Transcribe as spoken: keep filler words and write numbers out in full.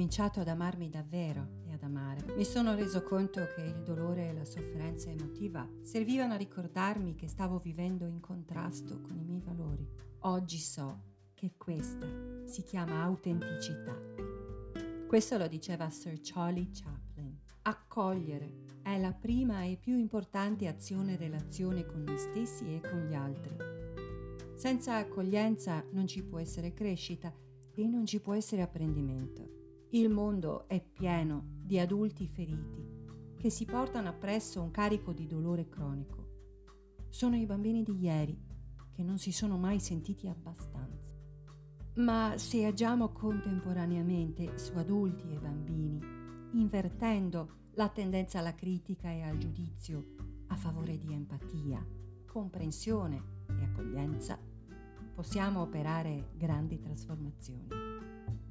cominciato ad amarmi davvero e ad amare. Mi sono reso conto che il dolore e la sofferenza emotiva servivano a ricordarmi che stavo vivendo in contrasto con i miei valori. Oggi so che questa si chiama autenticità. Questo lo diceva Sir Charlie Chaplin. Accogliere è la prima e più importante azione e relazione con noi stessi e con gli altri. Senza accoglienza non ci può essere crescita e non ci può essere apprendimento. Il mondo è pieno di adulti feriti che si portano appresso un carico di dolore cronico. Sono i bambini di ieri che non si sono mai sentiti abbastanza. Ma se agiamo contemporaneamente su adulti e bambini, invertendo la tendenza alla critica e al giudizio a favore di empatia, comprensione e accoglienza, possiamo operare grandi trasformazioni.